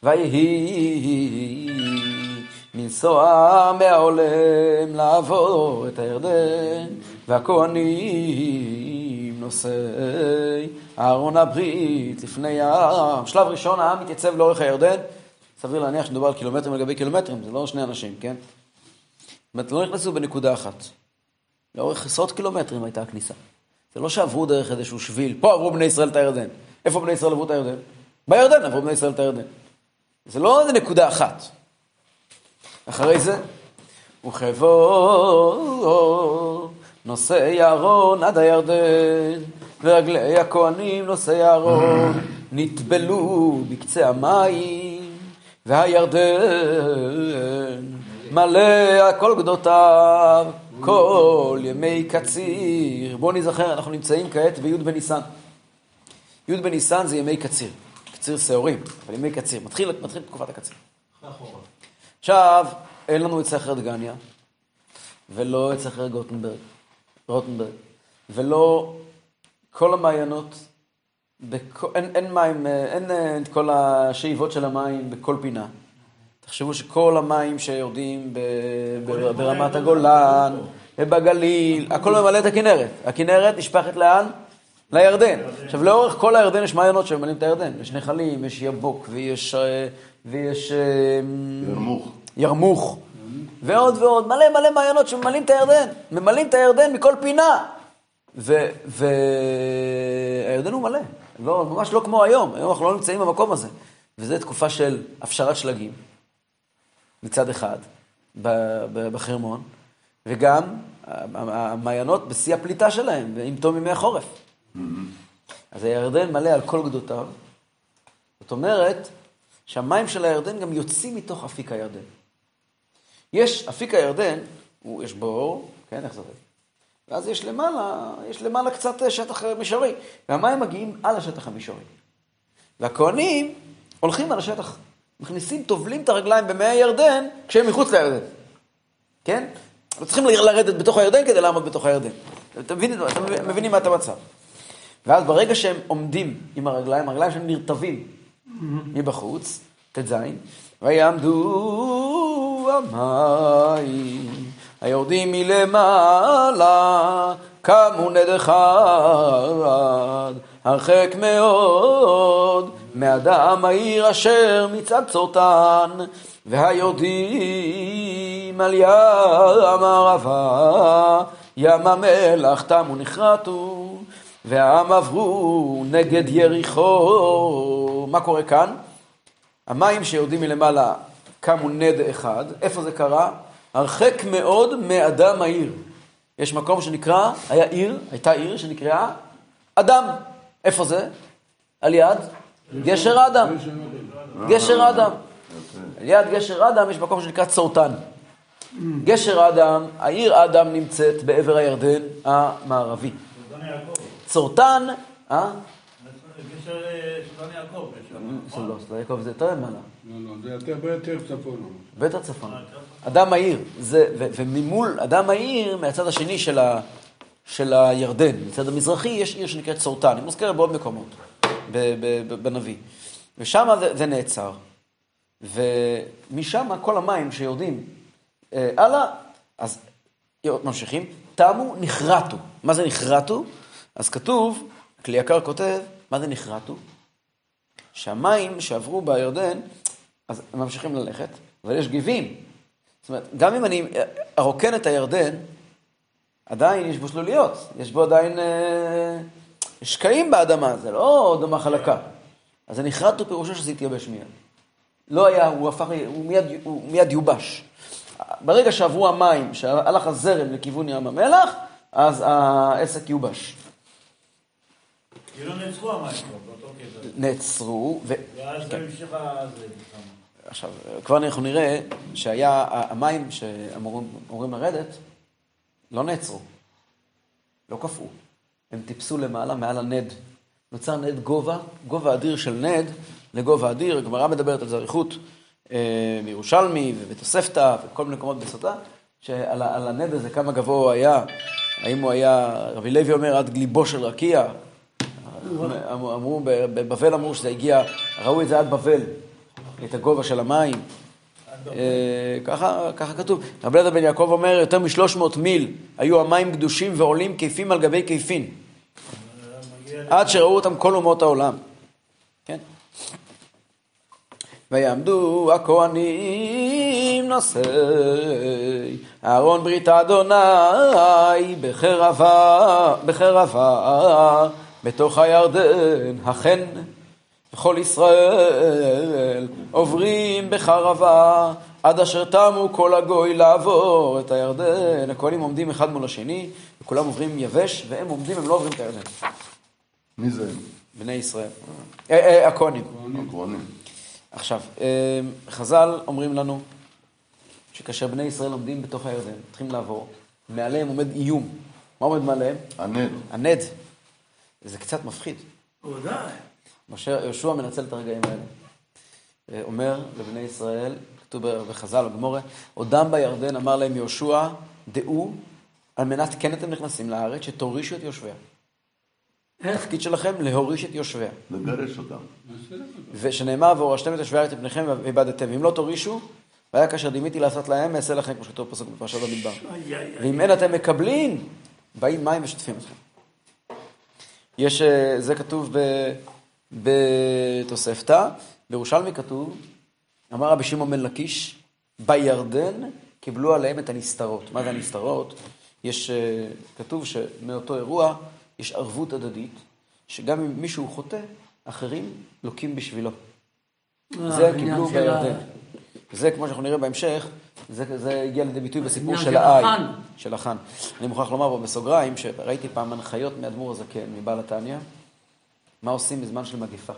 ויהי מנסוע מהעולם לעבור את הירדן, והכהנים נושאי ארון הברית לפני העם. שלב ראשון, העם מתייצב לאורך הירדן. סביר להניח שמדובר על קילומטרים לגבי קילומטרים, זה לא שני אנשים, כן? זאת אומרת, לא נכנסו בנקודה אחת. לאורך עשרות קילומטרים הייתה הכניסה. זה לא שעברו דרך איזשהו שביל. פה עברו בני ישראל את הירדן. איפה בני ישראל עברו את הירדן? בירדן עברו בני ישראל את הירדן. זה לא איזה נקודה אחת. אחרי זה, וכבוא נושאי אהרון עד הירדן, ורגלי הכהנים נושאי אהרון נטבלו בקצה המים, והירדן מלא הכל גדותיו כל ימי קציר. בואו נזכר, אנחנו נמצאים כעת בי' בניסן. י' בניסן זה ימי קציר. קציר שעורים, אבל ימי קציר. מתחיל תקופת הקציר. עכשיו, אין לנו את סכר דגניה, ולא את סכר רוטנברג, ולא כל המעיינות, אין מים, אין את כל השאיבות של המים בכל פינה. תחשבו שכל המים שיורדים ברמת הגולן, ובגליל, הכל ממלא את הכנרת. הכנרת נשפכת לאן? לירדן. עכשיו, לאורך כל הירדן יש מעיינות שממלאים את הירדן. יש נחלים, יש יבוק, ויש ירמוך. ועוד, מלא מעיינות שממלאים את הירדן. ממלאים את הירדן מכל פינה. והירדן הוא מלא. לא, ממש לא כמו היום. היום אנחנו לא נמצאים במקום הזה. וזו תקופה של הפשרת שלגים. מצד אחד, בחרמון. וגם המעיינות בשיא הפליטה שלהם, עם תום ימי החורף. אז הירדן מלא על כל גדותיו. זאת אומרת, שהמים של הירדן גם יוצאים מתוך אפיק הירדן. יש, אפיק הירדן, יש בור, כן, איך זה עובד? ואז יש למעלה קצת שטח מישורי, והמים מגיעים על השטח המישורי. והכהנים הולכים על השטח, מכניסים, טובלים את הרגליים במי הירדן, כשהם מחוץ לירדן. כן? לא צריכים לרדת בתוך הירדן כדי לעמוד בתוך הירדן. אתם מבינים מה אתה מצב. ואז ברגע שהם עומדים עם הרגליים שהם נרטבים מבחוץ, תזין, ויעמדו המים, היורדים מלמעלה, קמו נד אחד, הרחק מאוד, מאדם העיר אשר מצד צורתן, והיורדים על ים ערבה, ים המלח תמו נחרטו, והעם עברו נגד יריחו. מה קורה כאן? המים שיורדים מלמעלה קמו נד אחד. איפה זה קרה? הרחק מאוד מאדם העיר. יש מקום שנקרא, הייתה עיר שנקראה אדם. איפה זה? על יד גשר אדם. גשר אדם. על יד גשר אדם יש מקום שנקרא צורתן. גשר אדם, העיר אדם נמצאת בעבר הירדן המערבי. צורתן, גשר סודן יעקב. סודן יעקב זה יותר למעלה. לא, זה יותר צפון. ביתר צפון. אדם העיר, וממול אדם העיר, מהצד השני של הירדן. מצד המזרחי יש עיר שנקראת סורטן, היא מוזכרת בעוד מקומות, בנביא. ושם זה נעצר. ומשם כל המים שיורדים הלאה, אז ממשיכים, תמו נחרטו. מה זה נחרטו? אז כתוב, כלי יקר כותב, מה זה נחרטו? שהמים שעברו בירדן, אז הם ממשיכים ללכת, אבל יש גיבים. זאת אומרת, גם אם אני ארוקן את הירדן, עדיין יש בו שלוליות, יש בו עדיין שקעים באדמה, זה לא אדמה חלקה. אז זה נחרטו פירושו שזה התייבש מיד. לא היה, הוא מיד יובש. ברגע שעברו המים, שהלך הזרם לכיוון ים המלח, אז העסק יובש. כאילו נעצרו המים פה, באותו כזה. נעצרו, ואז זה המשיך הזה. עכשיו, כבר אנחנו נראה שהיה המים שאמורים לרדת, לא נעצרו, לא קפאו. הם טיפסו למעלה, מעל הנד. נוצר נד גובה אדיר של נד לגובה אדיר. הגמרא מדברת על זה אריכות בירושלמי ובתוספתא וכל מיני מקומות בסוטה, שעל הנד הזה כמה גבוה הוא היה, האם הוא היה, רבי לוי אומר, עד גליבו של רקיע. אמרו, בבבל אמרו שזה הגיע, ראו את זה עד בבל, את הגובה של המים. ככה כתוב. רבי אלעזר בן יעקב אומר, יותר מ-300 מיל היו המים קדושים ועולים כיפים על גבי כיפין. עד שראו אותם כל אומות העולם. כן? ויעמדו הכהנים נושאי אהרון ברית אדוני בחרבה בתוך הירדן החן וכל ישראל עוברים בחרבה עד אשר תמו כל הגוי לעבור את הירדן. הכהנים עומדים אחד מול השני וכולם עוברים יבש, והם עומדים, הם לא עוברים את הירדן. מי זה? בני ישראל. הכהנים. הכהנים. עכשיו, חז"ל אומרים לנו שכאשר בני ישראל עומדים בתוך הירדן, צריכים לעבור, מעליהם עומד איום. מה עומד מעליהם? הנד. הנד. זה קצת מפחיד. ודאי. יהושע מנצל את הרגעים האלה. אומר לבני ישראל, כתוב בחז"ל, בגמרא, עודם בירדן אמר להם יהושע, דעו, על מנת כן אתם נכנסים לארץ, שתורישו את יושביה. התפקיד שלכם להוריש את יושביה. לגרש אותם. ושנאמר, והורשתם את יושבי הארץ מפניכם ואיבדתם. ואם לא תורישו, והיה כאשר דימיתי לעשות להם, אעשה לכם, כמו שכתוב פסוק בפרשת במדבר. ואם אין אתם מקבלים, באים מים ושטפים אתכם. זה כתוב בתוספתא. בירושלמי כתוב, אמר רבי שמעון בן לקיש, בירדן קיבלו עליהם את הנסתרות. מה זה הנסתרות? כתוב שמאותו אירוע יש ערבות הדדית, שגם אם מישהו חוטא, אחרים לוקים בשבילו. זה קיבלו בירדן. זה, כמו שאנחנו נראה בהמשך, זה הגיע לידי ביטוי בסיפור של האי. של החן. אני מוכרח לומר פה בסוגריים, שראיתי פעם הנחיות מאדמו"ר הזקן, מבעל התניא, מה עושים בזמן של מגפה.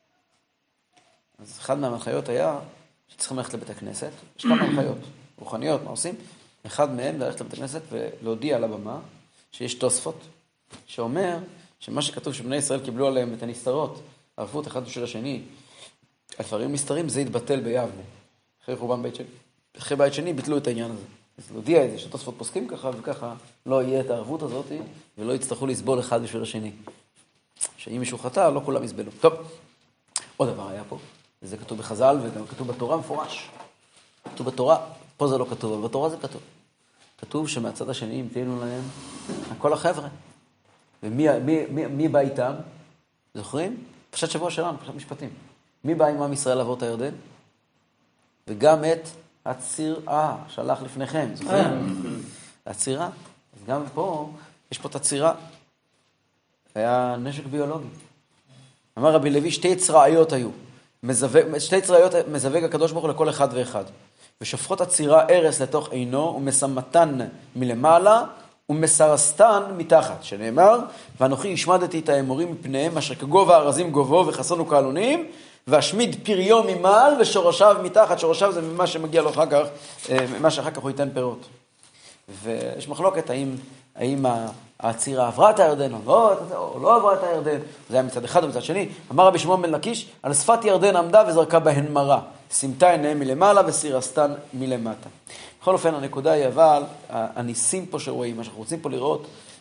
אז אחד מההנחיות היה שצריכים ללכת לבית הכנסת. יש כמה הנחיות רוחניות, מה עושים? אחד מהם ללכת לבית הכנסת ולהודיע על הבמה שיש תוספות, שאומר שמה שכתוב שבני ישראל קיבלו עליהם את הנסתרות, ערבות אחד של השני, הדברים נסתרים, זה יתבטל ביבנה. אחרי בית שני ביטלו את העניין הזה. אז להודיע את זה, שתוספות פוסקים ככה וככה, לא יהיה את הערבות הזאת, ולא יצטרכו לסבול אחד בשביל השני. שאם מישהו חטא, לא כולם יסבלו. טוב, עוד דבר היה פה, וזה כתוב בחז"ל, וגם כתוב בתורה מפורש. כתוב בתורה, פה זה לא כתוב, אבל בתורה זה כתוב. כתוב שמהצד השני המתינו להם כל החבר'ה. ומי בא איתם? זוכרים? פרשת שבוע שלנו, פרשת משפטים. מי בא עם עם ישראל לעבור את הירדן? וגם את הצירה שלח לפניכם. זוכרים? הצירה. אז גם פה, יש פה את הצירה. היה נשק ביולוגי. אמר רבי לוי, שתי צרעיות היו. שתי צרעיות מזווג הקדוש ברוך הוא לכל אחד ואחד. ושופכות הצירה ארס לתוך עינו, ומסמתן מלמעלה, ומסרסתן מתחת, שנאמר, ואנוכי השמדתי את האמורים מפניהם, אשר כגובה ארזים גובו וחסונו כעלונים, והשמיד פריו ממעל ושורשיו מתחת. שורשיו זה ממה שמגיע לו אחר כך, מה שאחר כך הוא ייתן פירות. ויש מחלוקת האם הצירה עברה את הירדן או לא עברה את הירדן. זה היה מצד אחד ומצד שני. אמר רבי שמעון בן לקיש, על שפת ירדן עמדה וזרקה בהן מרה. סמטה עיניהם מלמעלה וסירסתן מלמטה. בכל אופן, הנקודה היא אבל, הניסים פה שרואים, מה שאנחנו רוצים פה לראות,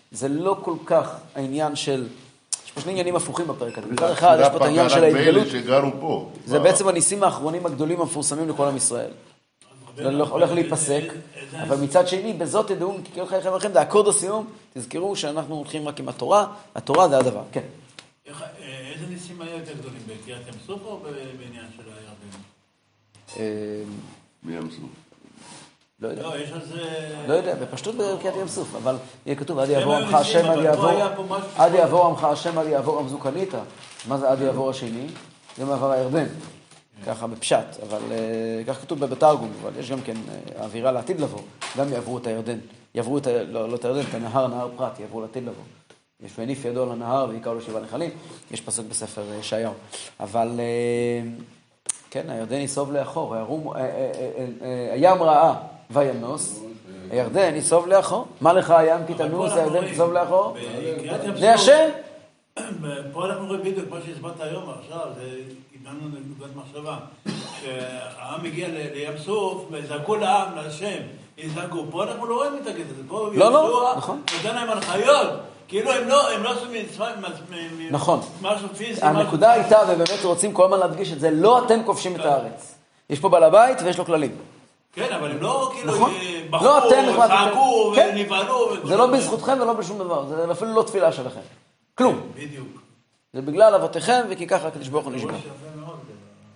זה לא כל כך העניין של... יש פה שני עניינים הפוכים בפרק הזה. מצד אחד, יש פה את העניין של ההתגלות. שגרו פה. זה בעצם הניסים האחרונים הגדולים המפורסמים לכל עם ישראל. זה הולך להיפסק, אבל מצד שני, בזאת תדעו, כי כל חייכם לכם, זה אקורד הסיום, תזכרו שאנחנו הולכים רק עם התורה, התורה זה הדבר, כן. איזה ניסים היו יותר גדולים, בקריאת ים סוף או בעניין של הירדן? בים סוף. לא יודע. לא, יש על זה... לא יודע, בפשטות בקריאת ים סוף, אבל יהיה כתוב, עד יעבור עמך השם, עד יעבור עמך השם, עד יעבור עמזו קנית. מה זה עד יעבור השני? זה מעבר הירדן. ככה בפשט, אבל כך כתוב בתרגום, אבל יש גם כן האווירה לעתיד לבוא, גם יעברו את הירדן, יעברו את, לא את הירדן, את הנהר, נהר פרת, יעברו לעתיד לבוא. יש והניף ידו על הנהר ויקראו לו 7 נחלים, יש פסוק בספר ישעיהו. אבל כן, הירדן יסוב לאחור, הים ראה וינוס, הירדן יסוב לאחור. מה לך הים כי תנוס, הירדן יסוב לאחור? זה השם? פה אנחנו רואים בדיוק מה שהסברת היום עכשיו, זה קיבלנו נקודת מחשבה, שהעם הגיע לים סוף וזעקו לעם, להשם, יזעקו, פה אנחנו לא רואים את הקטע, פה ישוע נותן להם הנחיות, כאילו הם לא עשו נכון. משהו פיזי. הנקודה הייתה, ובאמת רוצים כל הזמן להדגיש את זה, לא אתם כובשים את הארץ. יש פה בעל הבית ויש לו כללים. כן, אבל הם לא כאילו בחרו, צעקו ונבהלו. זה לא בזכותכם ולא בשום דבר, זה אפילו לא תפילה שלכם. כלום. בדיוק. זה בגלל אבותיכם, וכי ככה הקדוש ברוך הוא נשבע.